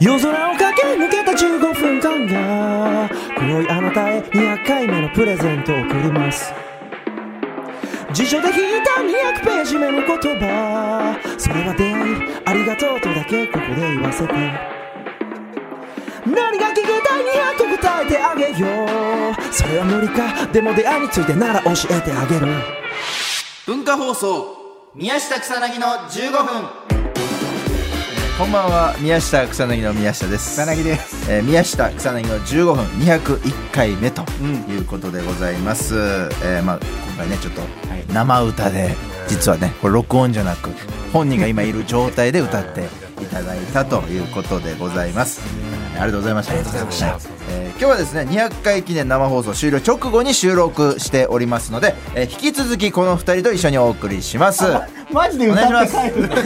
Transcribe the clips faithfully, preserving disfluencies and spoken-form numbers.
夜空を駆け抜けたじゅうごふんかんが黒いあなたへにひゃっかいめのプレゼントを贈ります。辞書で引いたにひゃくページ目の言葉、それは出会いありがとうとだけここで言わせて。何が聞きたいにひゃく答えてあげよう。それは無理か、でも出会いについてなら教えてあげる。 文化放送宮下草薙のじゅうごふん。 こんばんは、宮下草薙の宮下です。 草薙です、 えー、宮下草薙のじゅうごふんにひゃくいっかいめということでございます、うんえーまあ、今回ねちょっと生歌で、実はねこれ録音じゃなく本人が今いる状態で歌っていただいたということでございます。ありがとうございました。ありがとうございました。えー、今日はですねにひゃっかい記念生放送終了直後に収録しておりますので、えー、引き続きこのふたりと一緒にお送りします。 マジで歌って帰るんだ。 い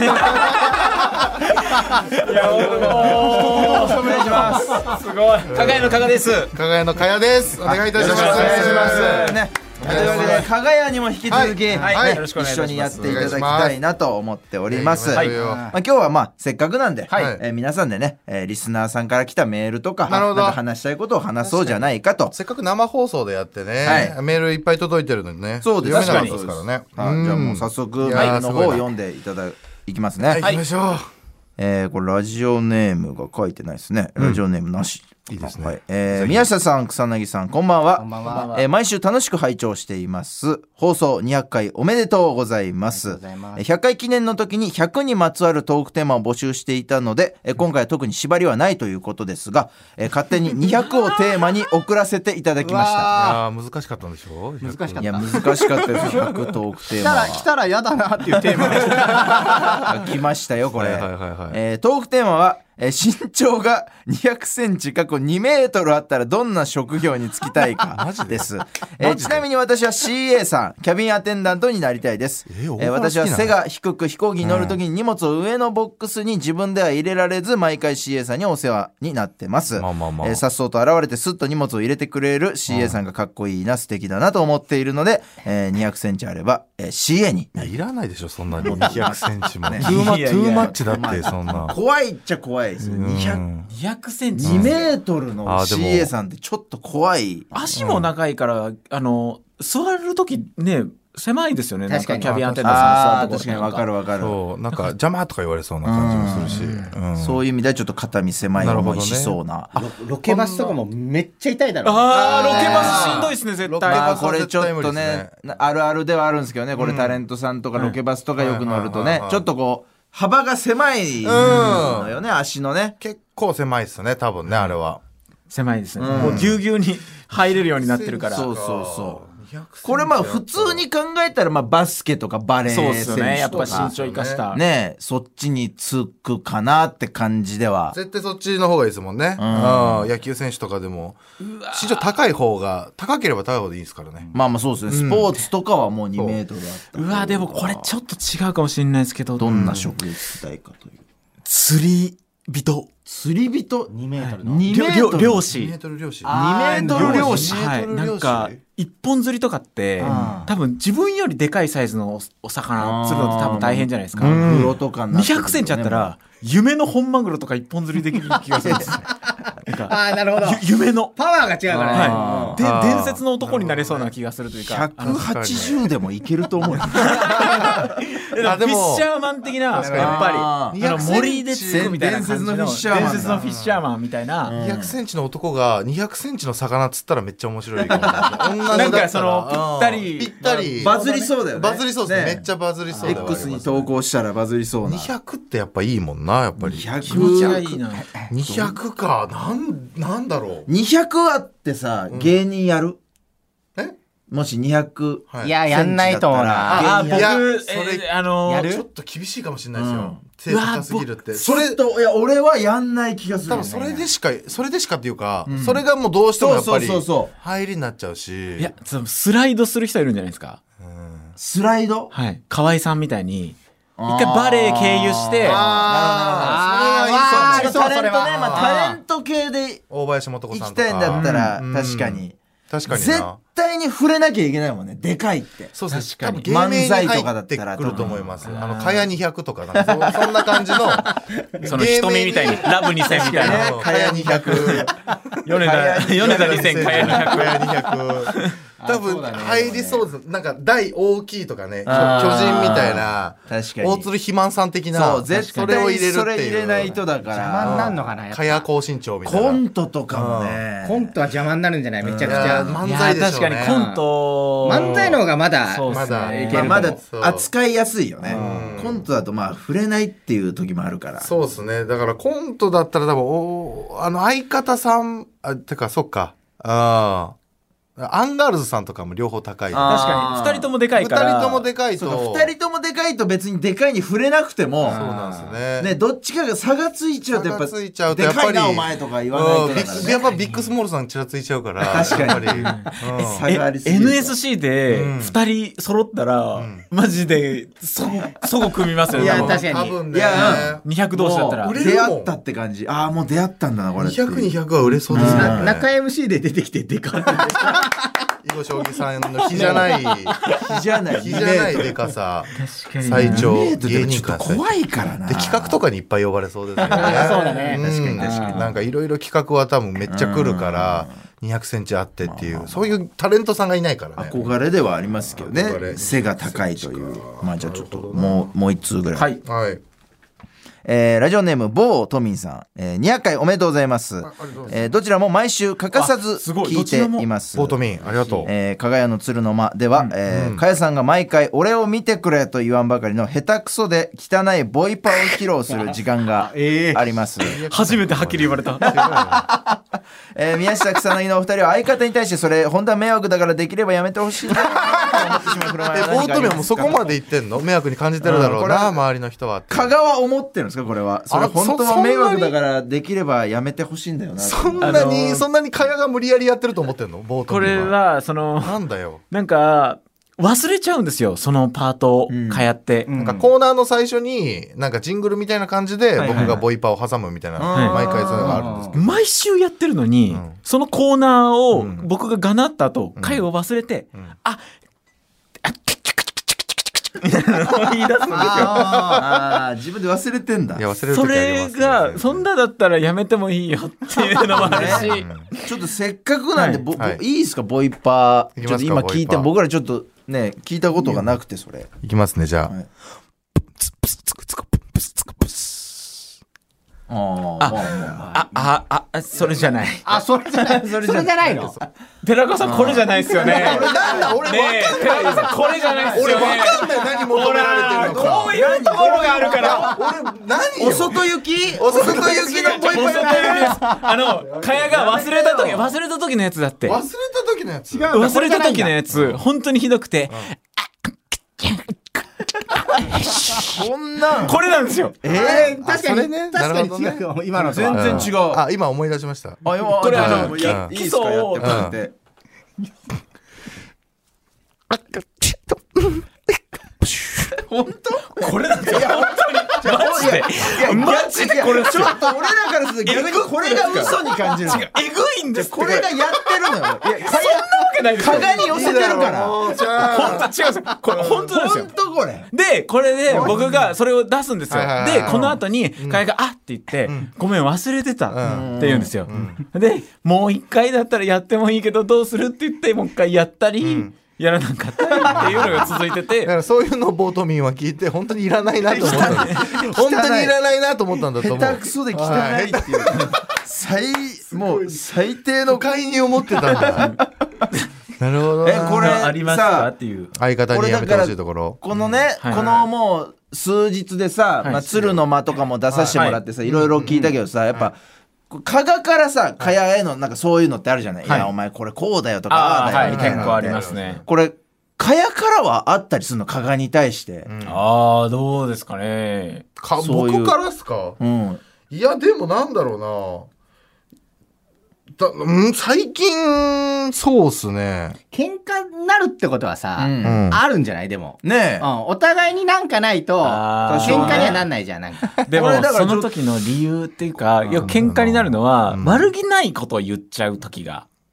やお願いします。すごい。加賀屋の加賀です。 加賀屋の加谷です。お願いいたします。 お願いしますね。というわけで加賀屋にも引き続き、 はいはい、よろしくお願いします。 一緒にやっていただきたいなと思っております。はい、まあ、今日はまあせっかくなんで、はいえー、皆さんでね、えー、リスナーさんから来たメールとか、なんか話したいことを話そうじゃないかと。 せっかく生放送でやってね、はい、メールいっぱい届いてるのにね。 そうです。 読めなかったですからね。 はい、じゃあもう早速メールの方を読んでいただいきますね。 はい、行きましょう。 えー、これラジオネームが書いてないですね。ラジオネームなし。 いいですね。 はい、えー、宮下さん、草薙さん、こんばんは。 こんばんは。 えー、毎週楽しく拝聴しています。放送にひゃっかいおめでとうございます。ひゃっかい記念の時にひゃくにまつわるトークテーマを募集していたので、えー、今回は特に縛りはないということですが、えー、勝手ににひゃくをテーマに送らせていただきました。いや難しかったんでしょ。 難しかった。 いや難しかったです。ひゃくトークテーマは。 来たら来たらやだなっていうテーマが来ましたよこれ。 はいはいはいはい、 えー、トークテーマは。えー、身長がにひゃくセンチ過去にメートルあったらどんな職業に就きたいかです。えー、ちなみに私は シーエー さん、キャビンアテンダントになりたいです。えーえー、私は背が低く飛行機に乗るときに荷物を上のボックスに自分では入れられず、毎回 シーエー さんにお世話になってます。まあまあまあ、えー、さっそうと現れてスッと荷物を入れてくれる シーエー さんがかっこいいな、素敵だなと思っているので、えー、にひゃくセンチあれば、えー、シーエー になり。 いらないでしょそんなににひゃくセンチも。ね、トゥーマトゥーマッチだってそんな。 怖いっちゃ怖いですよ。にひゃくにひゃくセンチにメートルの シーエー さんってちょっと怖い。 足も長いから、うん、あの座るときね狭いですよね。 確かになんかキャビンアテンダントさんの座るところ。 確かに分かる分かる。 そうなんか邪魔とか言われそうな感じもするし、 うんうん、そういう意味ではちょっと肩身狭い思いしそうな。 な、ね、ロ, ロケバスとかもめっちゃ痛いだろう。 ああロケバスしんどいですね絶対。 まあこれちょっとねあるあるではあるんですけどね、これタレントさんとかロケバスとかよく乗るとね、ちょっとこう幅が狭いのよね、うん、足のね。 結構狭いですね多分ね、あれは狭いですね、うん、もうぎゅうぎゅうに入れるようになってるから。 そうそうそう。これまあ普通に考えたらまあバスケとかバレー選手とか、そうですね、 やっぱ身長生かしたね、そっちにつくかなって感じでは。 絶対そっちの方がいいですもんね、うん、野球選手とかでも身長高い方が、高ければ高い方でいいですからね。 まあまあそうですね、スポーツとかはもうにメートルあった、 うん、うわでもこれちょっと違うかもしれないですけど、 どんな職業つきたいかという。 釣り人。 釣り人にメートルのにメートル漁師。 にメートル漁師。 にメートル漁師。 はい。なんか一本釣りとかって多分自分よりでかいサイズのお魚釣るのって多分大変じゃないですか。 マグロとかにひゃくセンチあったら夢の本マグロとか一本釣りできる気がするんですね。 ああなるほど。 夢のパワーが違うからね。 はい。で伝説の男になれそうな気がするというか。 ひゃくはちじゅうでもいけると思うよ。 フィッシャーマン的なやっぱりあの森でつくみたいな感じの伝説のフィッシャーマンみたいな。 にひゃくセンチの男がにひゃくセンチの魚釣ったらめっちゃ面白いかも。 なんかそのぴったりぴったりバズりそうだよね。 バズりそうですね。めっちゃバズりそうだよ。 X に投稿したらバズりそうな。 にひゃくってやっぱいいもんな、やっぱり。 にひゃく気持ちがいいな。 にひゃくか、なんなんだろう。 にひゃくあってさ、芸人やる？ え？ もしにひゃく、 はい、いややんないと思うな。 あ僕それ、えー、あのー、ちょっと厳しいかもしれないですよ。背高すぎるって。 それといや俺はやんない気がする、ね。 多分それでしかそれでしかっていうか、うん、それがもうどうしてもやっぱり入りになっちゃうし。 いやスライドする人いるんじゃないですか。 うん、スライド？ はい。河合さんみたいに。一回バレー経由して、 ああ、それはいいそう。タレントね、まあタレント系で大林素子さんとか行きたいんだったら確かに。 確かにな絶対に触れなきゃいけないもんね、でかいって。 そうですね、 確かに漫才とかだったら来ると思います。あのかやにひゃくとかなんか そ, そんな感じのその瞳みたいにラブにせんみたいなかやにひゃく米田米田にせんかやにひゃくかやにひゃく多分入りそうです。なんか大大きいとかね、巨人みたいな、 確かに大鶴肥満さん的な、 そう絶対それを入れるっていう、 それ入れないとだから邪魔になんのかな。 かや高身長みたいなコントとかもね、 コントは邪魔になるんじゃない、めちゃくちいやゃ。 漫才でしょうね。 確かにコント漫才の方がまだそうまだいけるまあ、まだそう扱いやすいよね。 うんコントだとまあ触れないっていう時もあるから。 そうですね。だからコントだったら多分おあの相方さんあてかそっかああアンガールズさんとかも両方高い。 あ確かにふたりともでかいからふたりともでかいとそうか、ふたりともでかいと別にでかいに触れなくても、 そうなんですよね。 ね、どっちかが差がついちゃうとやっぱ差がついちゃうとやっぱりでかいなお前とか言わないとうんビだからね。 ッやっぱビッグスモールさんちらついちゃうから確かにやっぱり、うん差がありすぎるとエヌエスシー でうんふたり揃ったら、マジでそそご組みますよね。 いや多分確かに多分ねいやにひゃく同士だったらもう売れるもん出会ったって感じ。ああもう出会ったんだなこれっていう。 にひゃく、にひゃくは売れそうですね。 な中 エムシー で出てきてでかい囲碁将棋さんの日じゃない日じゃない日じゃないでかさ確かに最長にメートルで芸人ちょっと間怖いからな。 で企画とかにいっぱい呼ばれそうですよね。そうだねん確かに確かになんかいろいろ企画は多分めっちゃ来るからにひゃくセンチあってっていうそういうタレントさんがいないからね。 憧れではありますけど憧れね。背が高いという。まあじゃあちょっともうもう一通ぐらい。 はいはい。 えーラジオネーム某トミンさん、えー、にひゃっかいおめでとうございます。えーどちらも毎週欠かさずあすごい聞いています。 ボートミンありがとう。 えー、かがやの鶴の間では、えーかやさんが毎回俺を見てくれと言わんばかりの下手くそで汚いボイパを披露する時間があります。 初めてはっきり言われた。 えー宮下草薙のお二人は相方に対してそれ本当は迷惑だからできればやめてほしいなと思ってしまう振る舞いえは何かありますか。 ボートミンはもうそこまで言ってんの？迷惑に感じてるだろうな、周りの人はって。 香川思ってるんですかこれは。それあ本当そは迷惑だからできればやめてほしいんだよな。 そんなに、 あのーそんなにかやが無理やりやってると思ってんの？ボートこミンれはそのなんだよ。 なんか忘れちゃうんですよそのパートをかやって。 なんかコーナーの最初になんかジングルみたいな感じではいはい僕がボイパを挟むみたいな、 はい毎回そういうのがあるんですけど、 毎週やってるのに、 んそのコーナーをん僕ががなった後、回を忘れて、ああみたいなのを言い出すんですよ。 あーあー自分で忘れてんだいや忘れるそ時ありれますねがそんなだったらやめてもいいよっていうのもあるし、 ちょっとせっかくなんで、 はいぼぼはいいいですかボイパー。 いきますかちょっと今聞いてボイパー僕らちょっとね聞いたことがなくてそれ。 いきますねじゃあ、 はいあーあまあまああああそれじゃない。 あそれじゃないそれじゃないの。 寺川さんこれじゃないですよね。 なんだ俺ねえ寺川さんこれじゃないですよね。 俺分かんない何求められてるのかこういうところがあるから。 俺何あよお外行きお外行きのボイパお外行きです。あのかやが忘れた時忘れた時のやつだって。 忘れた時のやつ違う忘れた時のやつ本当にひどくて、 こんなんこれなんですよ。 えー、 確かに、 それね確かになるほど違う、今のとは全然違う。 あ今思い出しましたあ今これあのじゃいいですかやってもらって。本当？ これなんですよ。本当にマジでいやマジでこれちょっと俺らからすると逆にこれが嘘に感じるの。 えぐいんですって。 これがやってるのよ。いや、 そんなわけないですよ。 かがに寄せてるから。 もうじゃあ本当違うんですよ。これ本当なんですよ本。当これ。 でこれで僕がそれを出すんですよ。 はいはいはいでこの後にかやが「あっ」って言って「ごめん忘れてた」って言うんですよ。でもう一回だったらやってもいいけどどうするって言ってもう一回やったりやらなかったりっていうのが続いてだてか。らそういうのをボートミンは聞いて本当にいらないなと思ったんだ本当にいらないなと思ったんだと思う下手くそで汚いっていう。最もう最低の不快に思ってたんだなるほどなえこれありますかさっていう。 相方にやめてほしいところこのね、 はいこのもう数日でさ、 はいまあ、鶴の間とかも出させてもらってさ、いろいろ聞いたけどさ、やっぱ加賀からさ加谷へのなんかそういうのってあるじゃない、い、 はいやお前これこうだよとかああああはいだよみたいなのって結構ありますね。 これ加谷からはあったりするの加賀に対して、 ああどうですかね。 かそういう僕からっすかうんいやでもなんだろうなだうん最近そうっすね喧嘩になるってことはさ、 うんうんあるんじゃないでも、 ねえ、 うん、お互いになんかないとあー喧嘩にはなんないじゃんなんかでもこれだからその時の理由っていうかいや喧嘩になるのはうん悪気ないことを言っちゃう時が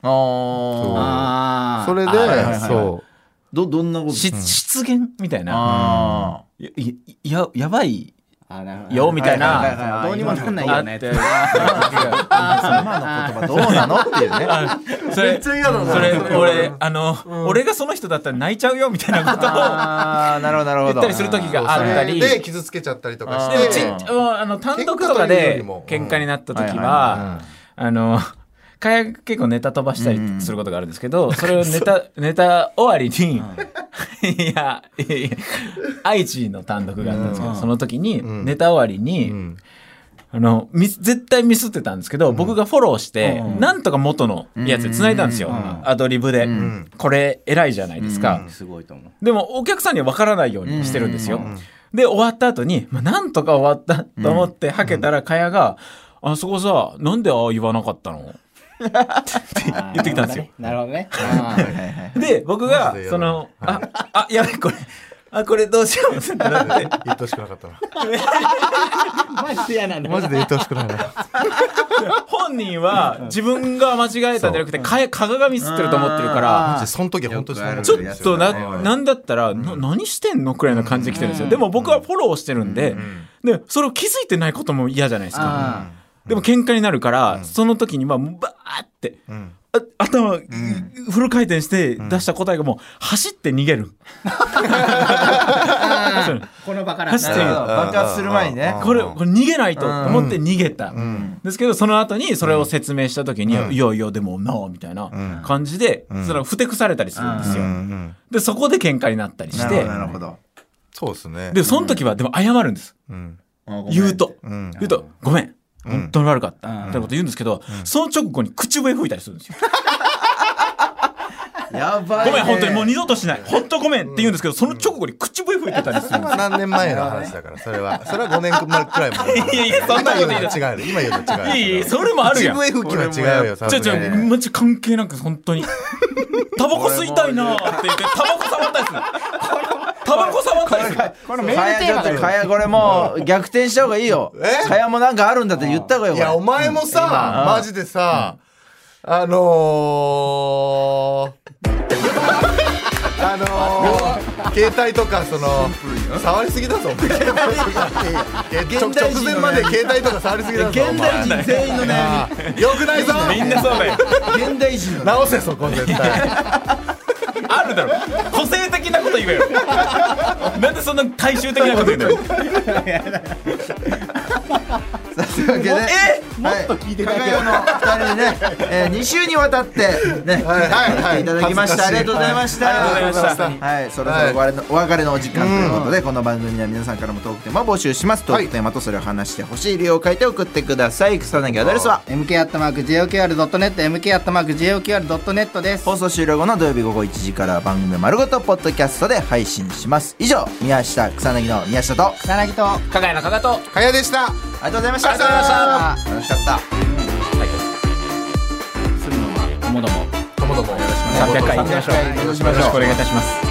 ああそれで、 はいはいはいはいそどどんなことし失言みたいなあやややばいあなるほどよみたいな、 はいはいはいはいどうにもなんないよね。 あって今の言葉どうなのっていうねそれめっちゃ嫌だなそれ俺あの、俺がその人だったら泣いちゃうよみたいなことをああなるほどなるほど言ったりする時があったり、 で傷つけちゃったりとかしあーでもちてあの単独とかで喧嘩になった時うんはいはいはあのかや結構ネタ飛ばしたりすることがあるんですけど、それをネタネタ終わりにいやいやいや愛知の単独があったんですけど、その時にネタ終わりに、 んあのミス絶対ミスってたんですけど、僕がフォローして、なんとか元のやつで繋いだんですよ、アドリブで、これ偉いじゃないですか、 すごいと思う。 でもお客さんには分からないようにしてるんですよ。で終わった後に、まあ、なんとか終わったと思ってはけたら、かやが「あそこさなんでああ言わなかったの?」って言ってきたんですよ。 なるほどね。あーで僕マがジで嫌だその「ああやべこれあこれどうしよう」ってなって言ってほしくなかったなマジで嫌なんだ。 マジで言ってほしくないな本人は自分が間違えたんじゃなくてかや加賀がミスってると思ってるからマジでその時は本当にそう思ってちょるんですよっとななんだったらな何してんのくらいな感じで来てるんですよ。でも僕はフォローしてるんででそれを気づいてないことも嫌じゃないですか。 あでも喧嘩になるからその時にまあバーってんあ頭フル回転して出した答えがもう走って逃げる。 ーこの場から。 走ってなるほど爆発する前にねこれこれ逃げないとと思って逃げた、ですけどその後にそれを説明した時に「いやいやでもなあ」みたいな感じで、それをふてくされたりするんですよ、でそこで喧嘩になったりしなるほてどなるほどそうですねでその時はでも謝るんです、 うん言うと、 ん言うと「ごめん本当に悪かった」みたいなこと言うんですけど、その直後に口笛吹いたりするんですよ。 やばいねごめん本当にもう二度としない本当ごめんって言うんですけど、その直後に口笛吹いてたりするんですよ。 何年前の話だからそれはそれはごねんくらい前いやいやそんなこと今言う言うの違う今言うの違ういやいやそれもあるやん。 口笛吹きは違うよさちょちょすがにマジ関係なく本当にタバコ吸いたいなーって言ってタバコ触ったりする。タバコ触ったりする。 このメーかルテーマだよ。 やちょっとかやこれもう逆転した方がいいよえかやもなんかあるんだって言った方がいいよいやお前もさマジでさあのーあのー、携帯とかその触りすぎだぞお前直直前まで携帯とか触りすぎだぞ現代人全員の悩みよくないぞみんなそうだよ。 み現代人の直せそこ絶対あるだろ。個性的なこと言えよ。なんでそんな大衆的なこと言うんだよ。 というわけでもっと聞いていただけのふたりにね、えー、に週にわたってねはいはいはいやっていただきましたありがとうございましたありがとうございましたはいそろそろお別れのお別れのお時間ということでこの番組では皆さんからもトークテーマを募集しますトークテーマとそれを話してほしい理由を書いて送ってください草薙アドレスはエムケー アットマーク ジェイオーキューアール ドットネット エムケー アットマーク ジェイオーキューアール ドットネットです。 放送終了後の土曜日午後いちじから番組丸ごとポッドキャストで配信します以上宮下草薙の宮下と草薙と加賀谷の加賀とかやでしたありがとうございましたありがとうございました楽しかったするのはともどもともどもよろしくさんびゃっかい行きましょう。 よろしくお願いしますよろしくお願いいたします。